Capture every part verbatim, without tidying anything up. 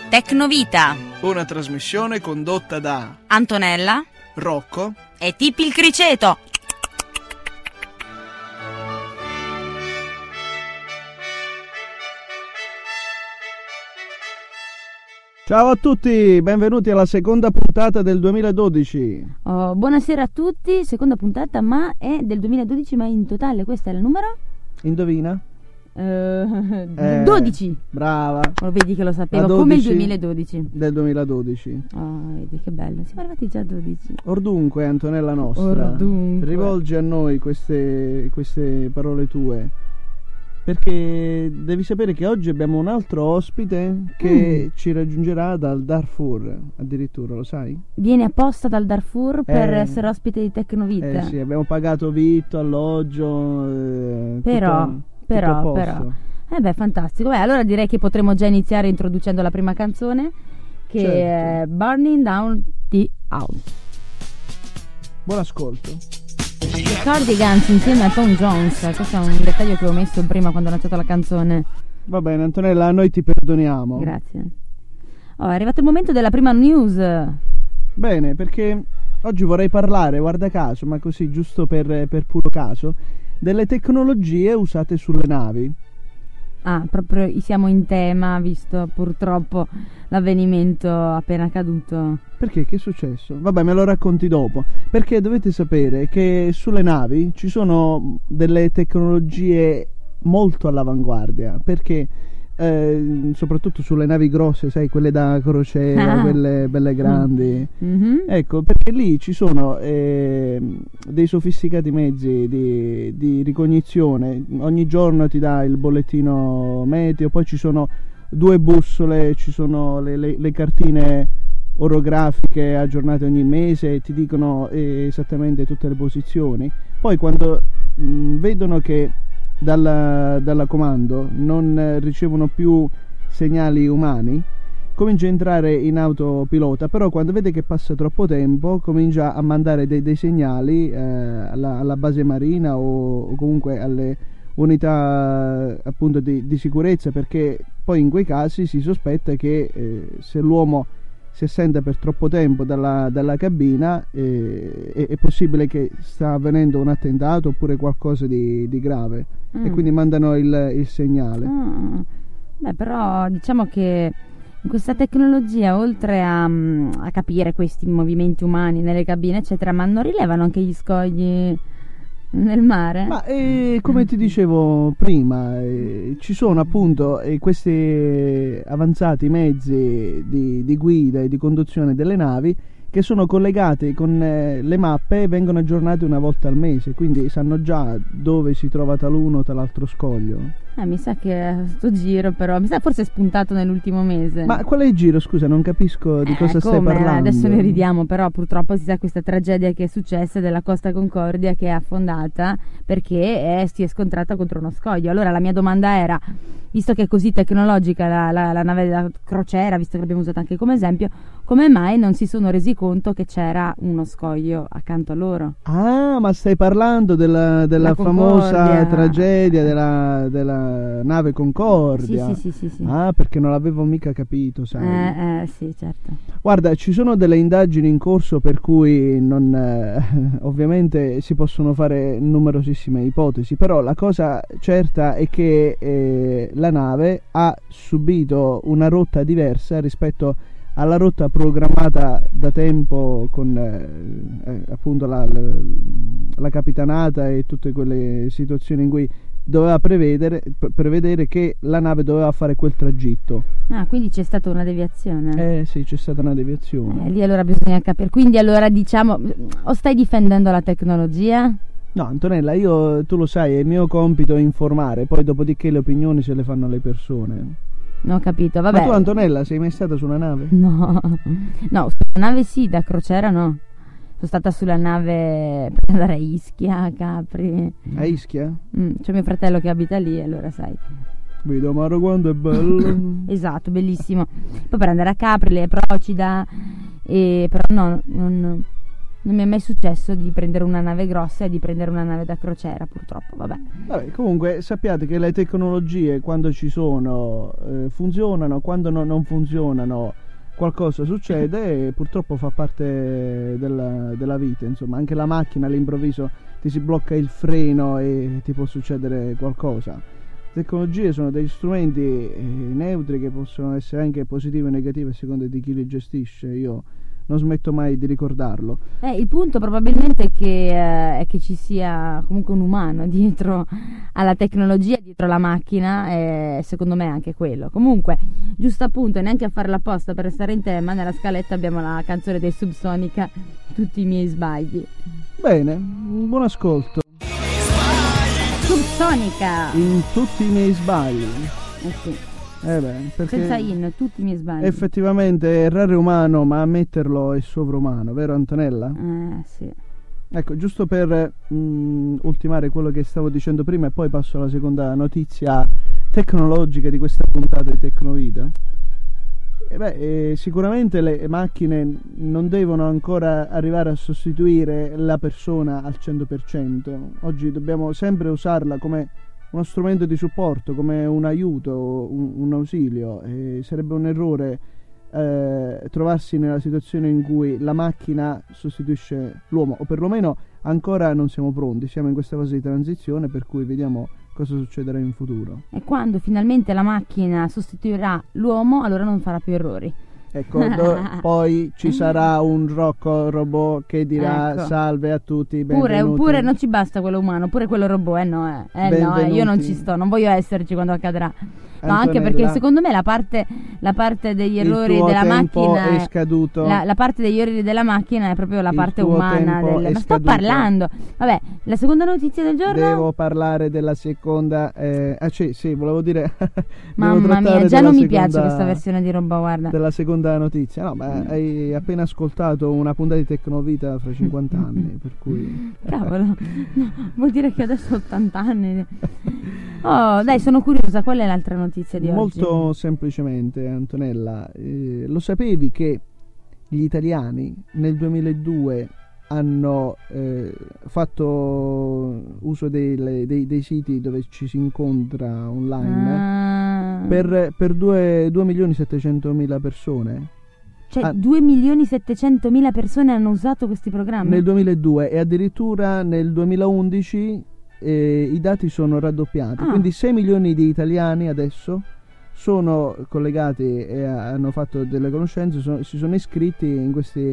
Tecnovita, una trasmissione condotta da Antonella, Rocco e Tippi il Criceto. Ciao a tutti, benvenuti alla seconda puntata del duemiladodici. Oh, buonasera a tutti, seconda puntata, ma è del duemiladodici, ma in totale questo è il numero? Indovina? Uh, Eh, dodici. Brava. Lo vedi che lo sapevo, La come il dodici duemiladodici. Del duemiladodici. Oh, vedi che bello, siamo arrivati già a dodici. Ordunque, Antonella nostra, Ordunque. rivolgi a noi queste, queste parole tue, perché devi sapere che oggi abbiamo un altro ospite che Mm. ci raggiungerà dal Darfur, addirittura, lo sai? Vieni apposta dal Darfur per Eh. essere ospite di Tecnovita. Eh sì, abbiamo pagato vitto, alloggio, eh, Però, tutto, però, tutto a posto. però. Eh beh, fantastico. Beh, allora direi che potremmo già iniziare introducendo la prima canzone, che Certo. è Burning Down the House. Buon ascolto. I Cardigans insieme a Tom Jones. Questo è un dettaglio che ho messo prima quando ho lanciato la canzone. Va bene, Antonella, noi ti perdoniamo. Grazie. Oh, è arrivato il momento della prima news. Bene, perché oggi vorrei parlare, guarda caso, ma così giusto per, per puro caso, delle tecnologie usate sulle navi. Ah, proprio siamo in tema, visto purtroppo l'avvenimento appena accaduto. Perché? Che è successo? Vabbè, me lo racconti dopo. Perché dovete sapere che sulle navi ci sono delle tecnologie molto all'avanguardia. Perché eh, soprattutto sulle navi grosse, sai, quelle da crociera, Ah. quelle belle grandi. Mhm. Ecco, perché lì ci sono eh, dei sofisticati mezzi di, di ricognizione. Ogni giorno ti dà il bollettino meteo, poi ci sono due bussole, ci sono le, le- le cartine orografiche aggiornate ogni mese e ti dicono eh, esattamente tutte le posizioni. Poi quando mh, vedono che dalla, dalla comando non eh, ricevono più segnali umani, comincia a entrare in autopilota, però quando vede che passa troppo tempo comincia a mandare dei, dei segnali eh, alla, alla base marina o, o comunque alle unità appunto di, di sicurezza, perché poi in quei casi si sospetta che eh, se l'uomo si assenta per troppo tempo dalla, dalla cabina eh, è, è possibile che sta avvenendo un attentato oppure qualcosa di, di grave. Mm. E quindi mandano il, il segnale. Ah. Beh, però diciamo che in questa tecnologia, oltre a, mm, a capire questi movimenti umani nelle cabine, eccetera, ma non rilevano anche gli scogli nel mare? Ma eh, come ti dicevo prima, eh, ci sono appunto eh, questi avanzati mezzi di, di guida e di conduzione delle navi che sono collegati con eh, le mappe e vengono aggiornate una volta al mese, quindi sanno già dove si trova taluno o tal'altro scoglio. Eh, mi sa che sto giro però, mi sa forse è spuntato nell'ultimo mese. Ma qual è il giro? Scusa, non capisco di Eh, cosa stai come? parlando. Adesso ne ridiamo, però purtroppo si sa questa tragedia che è successa della Costa Concordia, che è affondata perché è, si è scontrata contro uno scoglio. Allora la mia domanda era, visto che è così tecnologica la, la, la nave da crociera, visto che l'abbiamo usata anche come esempio, come mai non si sono resi conto che c'era uno scoglio accanto a loro? Ah, ma stai parlando della, della La famosa Concordia. tragedia della, della nave Concordia. Sì, sì, sì, sì, sì. Ah, perché non l'avevo mica capito, sai. Eh, eh, sì, certo. Guarda, ci sono delle indagini in corso per cui non, eh, ovviamente si possono fare numerosissime ipotesi, però la cosa certa è che eh, la nave ha subito una rotta diversa rispetto alla rotta programmata da tempo con eh, eh, appunto la, la, la capitanata e tutte quelle situazioni in cui doveva prevedere, pre- prevedere che la nave doveva fare quel tragitto. Ah, quindi c'è stata una deviazione. Eh sì, c'è stata una deviazione. Eh, lì allora bisogna capire. Quindi allora diciamo, o stai difendendo la tecnologia? No, Antonella, io, tu lo sai, è il mio compito informare, poi dopodiché le opinioni se le fanno le persone. Non ho capito, vabbè. Ma tu, Antonella, sei mai stata su una nave? No, no, sulla nave sì, da crociera no. Sono stata sulla nave per andare a Ischia, a Capri. A Ischia? Mm, c'è mio fratello che abita lì, allora sai. Vedo Maro quanto è bello. Esatto, bellissimo. Poi per andare a Capri, le Procida, e però no, non, Non mi è mai successo di prendere una nave grossa e di prendere una nave da crociera, purtroppo, vabbè. Vabbè, comunque sappiate che le tecnologie quando ci sono eh, funzionano, quando no, non funzionano qualcosa succede e purtroppo fa parte della, della vita, insomma. Anche la macchina all'improvviso ti si blocca il freno e ti può succedere qualcosa. Le tecnologie sono degli strumenti eh, neutri che possono essere anche positivi o negativi a seconda di chi li gestisce. Io non smetto mai di ricordarlo. Eh, il punto probabilmente è che, eh, è che ci sia comunque un umano dietro alla tecnologia, dietro alla macchina, e secondo me è anche quello. Comunque, giusto appunto, neanche a farla apposta per restare in tema, nella scaletta abbiamo la canzone dei Subsonica, Tutti i miei sbagli. Bene, buon ascolto. Subsonica! In tutti i miei sbagli. Eh sì. Eh beh, perché Senza in, tutti i miei sbagli. effettivamente errare è umano, ma ammetterlo è sovrumano, vero Antonella? Eh sì. Ecco, giusto per mh, ultimare quello che stavo dicendo prima e poi passo alla seconda notizia tecnologica di questa puntata di Tecnovita. E beh, eh, sicuramente le macchine non devono ancora arrivare a sostituire la persona al cento per cento. Oggi dobbiamo sempre usarla come uno strumento di supporto, come un aiuto, un, un ausilio. E sarebbe un errore eh, trovarsi nella situazione in cui la macchina sostituisce l'uomo, o perlomeno ancora non siamo pronti, siamo in questa fase di transizione, per cui vediamo cosa succederà in futuro. E quando finalmente la macchina sostituirà l'uomo, allora non farà più errori. Ecco, do, poi ci sarà un Rocco robot che dirà ecco. Salve a tutti, Pure, benvenuti. pure non ci basta quello umano, pure quello robot, eh no, eh, eh no, eh, io non ci sto, non voglio esserci quando accadrà. No, Antonella, anche perché secondo me la parte, la parte degli errori il tuo della tempo macchina è scaduto. La, la parte degli errori della macchina è proprio la Il parte tuo umana tempo del, è ma sto scaduto. parlando. Vabbè, la seconda notizia del giorno. Devo parlare della seconda eh, ah sì, sì, volevo dire Mamma mia, già non mi piace questa versione di robot, guarda. Della seconda notizia. No, ma hai appena ascoltato una puntata di Tecnovita fra cinquanta anni, per cui cavolo. No, vuol dire che adesso ho ottanta anni. Oh, dai, sono curiosa, qual è l'altra notizia di Molto oggi? Molto semplicemente, Antonella, eh, lo sapevi che gli italiani nel duemiladue hanno eh, fatto uso dei, dei, dei siti dove ci si incontra online Ah. per, per due milioni settecentomila persone? Cioè Ah. due milioni settecentomila persone hanno usato questi programmi? Nel duemiladue, e addirittura nel duemilaundici eh, i dati sono raddoppiati, Ah. quindi sei milioni di italiani adesso sono collegati e hanno fatto delle conoscenze, sono, si sono iscritti in questi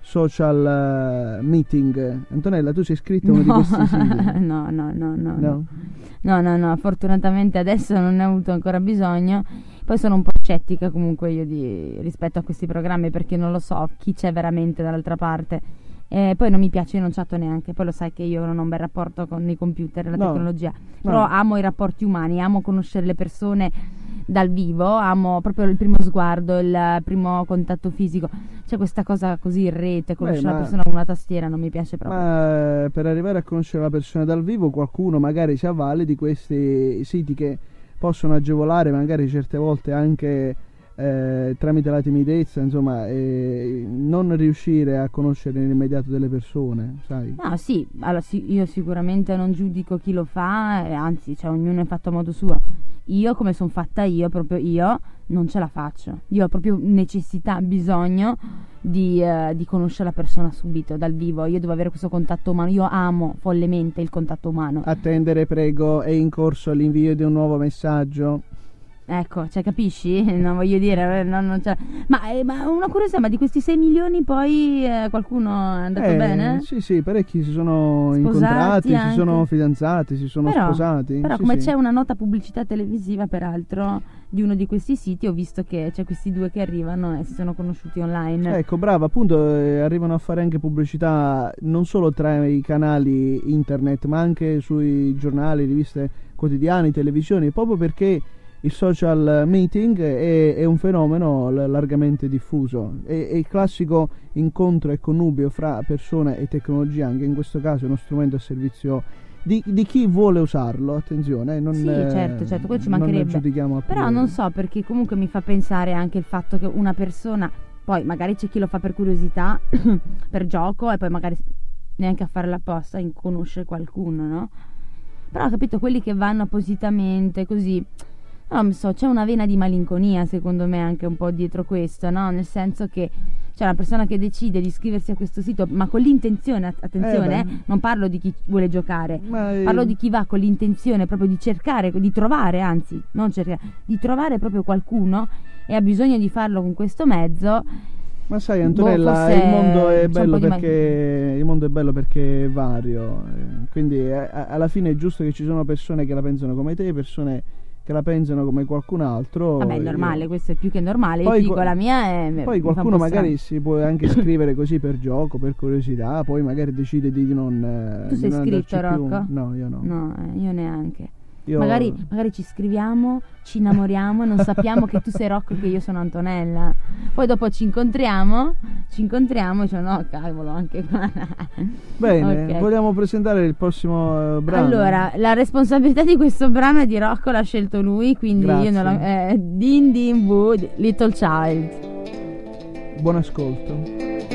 social uh, meeting. Antonella, tu sei iscritta a uno no. di questi siti? no, no, no, no, No? no. No, no, no, fortunatamente adesso non ne ho avuto ancora bisogno. Poi sono un po' scettica comunque io di, rispetto a questi programmi, perché non lo so chi c'è veramente dall'altra parte. E poi non mi piace, io non chatto neanche. Poi lo sai che io non ho un bel rapporto con i computer e la No. tecnologia. No. Però amo i rapporti umani, amo conoscere le persone dal vivo, amo proprio il primo sguardo, il primo contatto fisico. C'è questa cosa così in rete, conoscere Beh, la ma- persona con una tastiera non mi piace proprio. Ma eh, per arrivare a conoscere la persona dal vivo, qualcuno magari si avvale di questi siti che possono agevolare magari certe volte anche eh, tramite la timidezza, insomma, eh, non riuscire a conoscere nell'immediato delle persone, sai? No, sì, allora sì, io sicuramente non giudico chi lo fa, eh, anzi, cioè, ognuno è fatto a modo suo. Io, come sono fatta io, proprio io, non ce la faccio. Io ho proprio necessità, bisogno di, eh, di conoscere la persona subito, dal vivo. Io devo avere questo contatto umano. Io amo follemente il contatto umano. Attendere, prego, è in corso l'invio di un nuovo messaggio. Ecco, cioè, capisci? Non voglio dire, non, non c'è... ma, eh, ma una curiosità, ma di questi sei milioni poi eh, qualcuno è andato Eh, bene? Sì, sì, parecchi si sono Sposati incontrati, si anche. sono fidanzati, si sono Però, sposati. però sì, come sì. c'è una nota pubblicità televisiva, peraltro, di uno di questi siti, ho visto che c'è questi due che arrivano e si sono conosciuti online. Ecco, brava, appunto eh, arrivano a fare anche pubblicità non solo tra i canali internet, ma anche sui giornali, riviste quotidiane, televisioni, proprio perché il social meeting è, è un fenomeno l- largamente diffuso. È, è il classico incontro e connubio fra persone e tecnologia, anche in questo caso è uno strumento a servizio di, di chi vuole usarlo, attenzione, eh, non, Sì, eh, certo, certo, quello ci non mancherebbe. ne giudichiamo a Però priori. non so, perché comunque mi fa pensare anche il fatto che una persona Poi magari c'è chi lo fa per curiosità, per gioco, e poi magari neanche a fare l'apposta in conoscere qualcuno, no? Però ho capito, quelli che vanno appositamente così, non so, c'è una vena di malinconia secondo me anche un po' dietro questo, no? Nel senso che c'è una persona che decide di iscriversi a questo sito, ma con l'intenzione, attenzione, Eh, eh, non parlo di chi vuole giocare, Ma, eh, parlo di chi va con l'intenzione proprio di cercare, di trovare, anzi, non cercare, di trovare proprio qualcuno, e ha bisogno di farlo con questo mezzo. Ma sai, Antonella, Boh, forse il mondo è c'è un bello po' di perché il mondo è bello perché è vario, eh, quindi eh, a- alla fine è giusto che ci sono persone che la pensano come te, persone che la pensano come qualcun altro. Vabbè, è Io- normale, questo è più che normale. Io Poi ti dico, qua- la mia è. mi fa Poi un qualcuno po' magari strano. si può anche scrivere così per gioco, per curiosità, poi magari decide di non. eh, Tu di sei non iscritto, andarci più. Rocco? No, io no. No, eh, io neanche. Io- Magari, magari ci scriviamo, ci innamoriamo e non sappiamo che tu sei Rocco e che io sono Antonella. Poi dopo ci incontriamo, ci incontriamo e dico no, cavolo, anche qua. Bene, Ok. vogliamo presentare il prossimo eh, brano? Allora, la responsabilità di questo brano è di Rocco, l'ha scelto lui, quindi Grazie. io non l'ho. Eh, Din Din Boo, Little Child. Buon ascolto.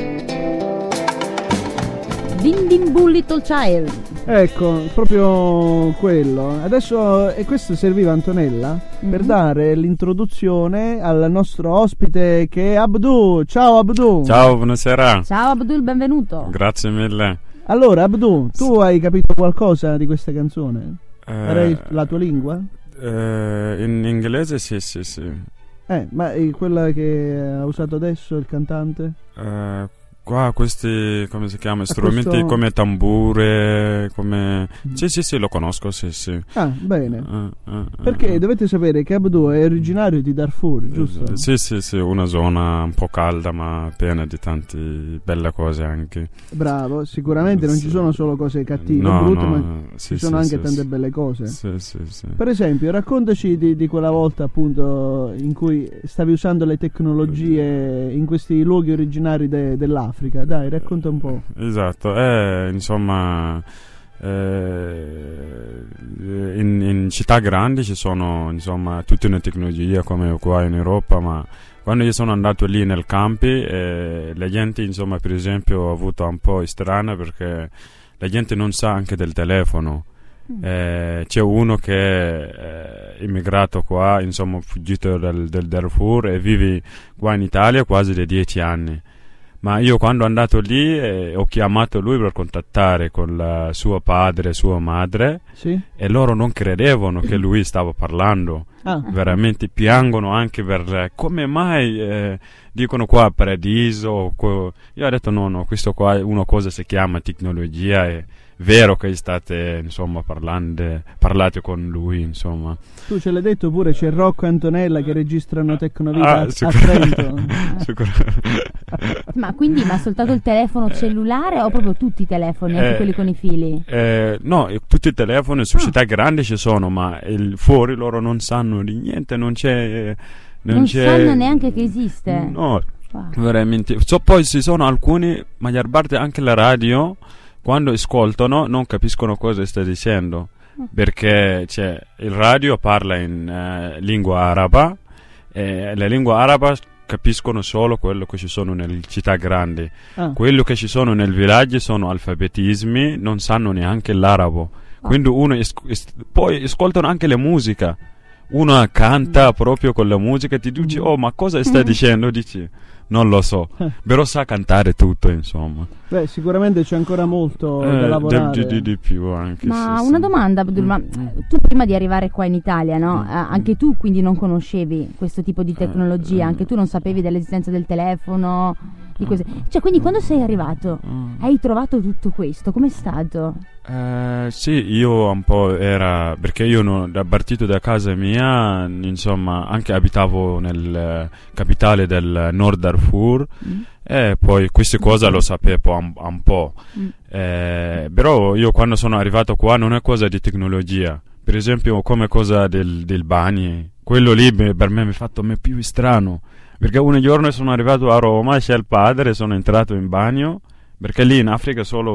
Din Din Boo, Little Child. Ecco, proprio quello. Adesso, e questo serviva Antonella per Mhm. dare l'introduzione al nostro ospite che è Abdu. Ciao Abdu. Ciao, buonasera. Ciao Abdul, benvenuto. Grazie mille. Allora Abdu, tu hai capito qualcosa di questa canzone? Era Eh, il- la tua lingua? eh, in inglese sì, sì, sì. Eh, ma è quella che ha usato adesso il cantante? Eh, qua questi, come si chiama, Ah, strumenti questo- come tambure, come... Mm. Sì, sì, sì, lo conosco, sì, sì. Ah, bene. Eh, eh, eh, Perché eh. dovete sapere che Abdu è originario di Darfur, giusto? Eh, Sì, sì, sì, una zona un po' calda ma piena di tante belle cose anche. Bravo, sicuramente non ci Sì. sono solo cose cattive o No, brutte, no, ma sì, ci sono sì, anche sì, tante sì. belle cose. Sì, sì, sì. Per esempio, raccontaci di, di quella volta appunto in cui stavi usando le tecnologie in questi luoghi originari de- dell'Africa. Dai, racconta un po'. Esatto, eh, insomma, eh, in, in città grandi ci sono insomma tutte le tecnologie come qua in Europa, ma quando io sono andato lì nel campi, eh, la gente insomma per esempio ho avuto un po' strana perché la gente non sa anche del telefono. Eh, c'è uno che è immigrato qua, insomma fuggito dal, del Darfur e vive qua in Italia quasi da dieci anni. Ma io quando sono andato lì eh, ho chiamato lui per contattare con la, suo padre e sua madre Sì? e loro non credevano che lui stava parlando. Ah, Veramente piangono anche per eh, come mai eh, dicono qua paradiso. co- Io ho detto no, no, questo qua è una cosa si chiama tecnologia, è vero che state insomma parlando, parlate con lui insomma. tu ce l'hai detto pure, c'è Rocco e Antonella che registrano Tecnovita Ah, a, a sicur- Trento. sicur- Ma quindi ma soltanto il telefono cellulare o proprio tutti i telefoni, anche Eh, quelli con i fili? Eh, no, eh, tutti i telefoni su Ah. città grandi ci sono, ma il, fuori loro non sanno di niente, non c'è... eh, Non, Non c'è, sanno neanche che esiste. No, Wow. veramente. So, poi ci sono alcuni, maggior parte anche la radio, quando ascoltano non capiscono cosa sta dicendo, perché cioè, il radio parla in eh, lingua araba e la lingua araba capiscono solo quello che ci sono nelle città grandi. Ah, Quello che ci sono nel villaggio sono alfabetismi, non sanno neanche l'arabo. Ah. Quindi uno es- es- poi ascoltano anche la musica. Uno canta proprio con la musica, ti dici "Oh, ma cosa stai dicendo?" Dici "Non lo so", però sa cantare tutto, insomma. beh, sicuramente c'è ancora molto da Eh, lavorare. di, di- di più anche. Ma sì, una sì. domanda, Abdul, ma Mm. tu prima di arrivare qua in Italia, no? Mm. Eh, anche tu quindi non conoscevi questo tipo di tecnologia, Eh, anche tu non sapevi dell'esistenza del telefono, di queste... Cioè, quindi quando sei arrivato Mm. hai trovato tutto questo, com'è stato? Eh, sì, io un po' era perché io no, da partito da casa mia, insomma, anche abitavo nel eh, capitale del Nord Darfur Mm. e poi queste cose lo sapevo un, un po'. Mm. Eh, però io quando sono arrivato qua non è cosa di tecnologia, per esempio come cosa del, del bagni, quello lì me- per me mi ha fatto me più strano, perché un giorno sono arrivato a Roma, c'è il padre, sono entrato in bagno, perché lì in Africa solo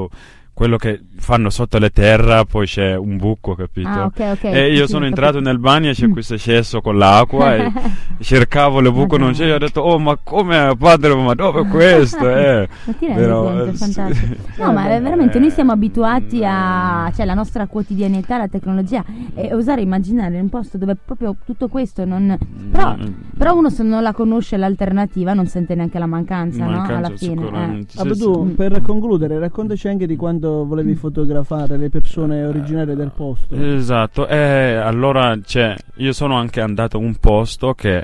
quello che fanno sotto la terra, poi c'è un buco, capito? Ah, ok, ok. E io Sì, sono ho entrato capito. nel bagno e c'è questo cesso con l'acqua e cercavo il buco, non c'è, e ho detto, oh ma come padre, ma dove è questo? Eh, Ma ti rendi però, conto? È eh, fantastico. sì. No, ma Eh, veramente noi siamo eh, abituati a, mm, cioè la nostra quotidianità, la tecnologia, e osare immaginare un posto dove proprio tutto questo non... Però, mm, però uno se non la conosce l'alternativa non sente neanche la mancanza, no? mancanza Alla fine. eh. sicuramente, sì, Ah, beh, sì. tu, sì. per concludere, raccontaci anche di quando volevi fotografare le persone originarie del posto. Esatto, e allora cioè, io sono anche andato a un posto che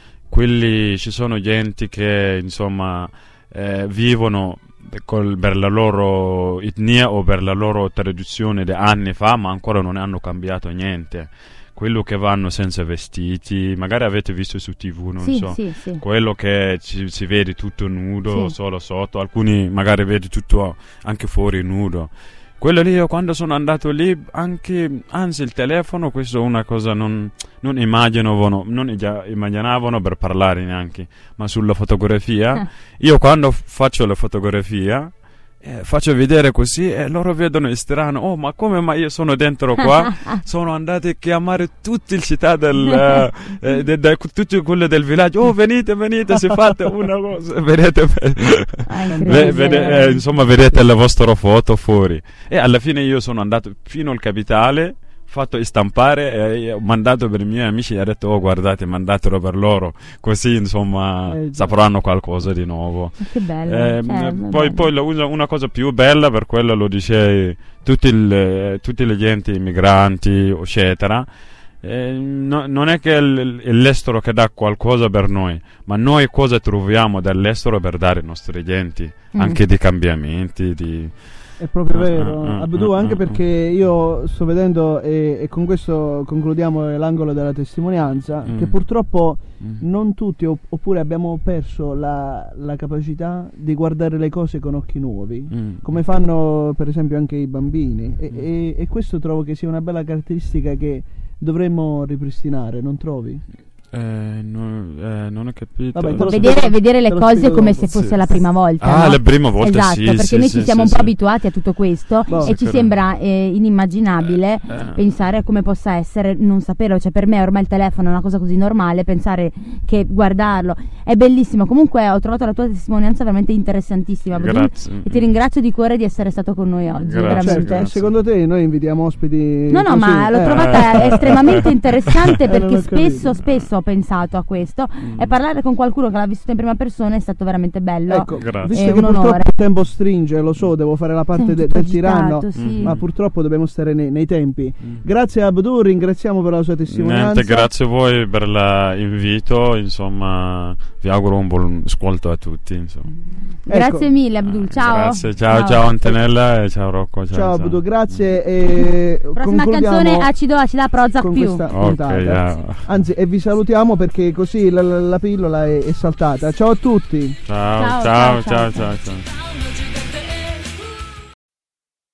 quelli ci sono gente che insomma eh, vivono col, per la loro etnia o per la loro tradizione di anni fa, ma ancora non hanno cambiato niente. Quello che vanno senza vestiti, magari avete visto su tivù, non Sì, so. sì, sì. Quello che ci, si vede tutto nudo, Sì. solo sotto, alcuni magari vedi tutto anche fuori nudo. Quello lì, io quando sono andato lì, anche, anzi il telefono, questo è una cosa non, non immaginavano, non già immaginavano per parlare neanche, ma sulla fotografia, io quando faccio la fotografia, eh, faccio vedere così e loro vedono strano, oh ma come mai io sono dentro qua? Sono andati a chiamare tutte le città del, eh, de, de, tutte quelle del villaggio, oh venite, venite, se fate una cosa, vedete, Ah, incredibile. ve- vede- eh, insomma vedete la vostra foto fuori. E alla fine io sono andato fino al capitale, fatto stampare e ho mandato per i miei amici e ho detto, oh guardate, mandatelo per loro, così insomma Eh, già. sapranno qualcosa di nuovo. Ma che bello. Eh, cioè, m- è poi bello. poi la usa- una cosa più bella, per quello lo dice tutti il- tutte le gente immigranti eccetera, eh, no- non è che è l- è l'estero che dà qualcosa per noi, ma noi cosa troviamo dall'estero per dare ai nostri agenti, Mm. anche di cambiamenti di... È proprio Ah, vero, ah, ah, Abdou, ah, anche ah, perché io sto vedendo, e, e con questo concludiamo l'angolo della testimonianza, Mm. che purtroppo Mm. non tutti, opp- oppure abbiamo perso la, la capacità di guardare le cose con occhi nuovi, Mm. come fanno per esempio anche i bambini, e, Mm. e- e questo trovo che sia una bella caratteristica che dovremmo ripristinare, non trovi? Eh, no- eh, non ho capito. Vabbè, te lo Vedere, spiego- vedere le te lo cose spiego come dopo. se fosse Sì. la prima volta. Ah, no? la prima volta, esatto, sì, perché sì, noi sì, ci siamo sì, un po' sì. abituati a tutto questo Boh. e ci Sicuramente. sembra eh, inimmaginabile Eh. pensare a come possa essere non saperlo. Cioè, per me ormai il telefono è una cosa così normale, pensare che guardarlo è bellissimo. Comunque ho trovato la tua testimonianza veramente interessantissima, Abdou, Grazie. e ti ringrazio di cuore di essere stato con noi oggi. Grazie, veramente. Certo, e grazie. secondo te noi invitiamo ospiti No, no, così? ma l'ho Eh. trovata estremamente interessante Eh, non perché ho capito. spesso, spesso ho pensato a questo Mm. e parlare con qualcuno che l'ha vissuto in prima persona è stato veramente bello. Ecco, Grazie. visto È che un purtroppo onore. il tempo stringe, lo so, devo fare la parte Sei de- tutto del tiranno, agitato, sì. Mm. ma purtroppo dobbiamo stare nei, nei tempi. Mm. Grazie a Abdou, ringraziamo per la sua testimonianza. Niente, grazie a voi per l'invito, insomma, vi auguro un buon ascolto a tutti, insomma. Grazie Ecco. mille Abdul, ciao. Grazie, ciao, ciao, Antonella e ciao Rocco. Ciao, Ciao Abdou, grazie e Prossima concludiamo canzone Acido Acida Prozac con più. questa Ok, puntata. yeah. Anzi, e vi salutiamo perché così la, la- la pillola è, è saltata. Ciao a tutti. Ciao, Ciao, ciao, ciao, ciao, ciao, ciao.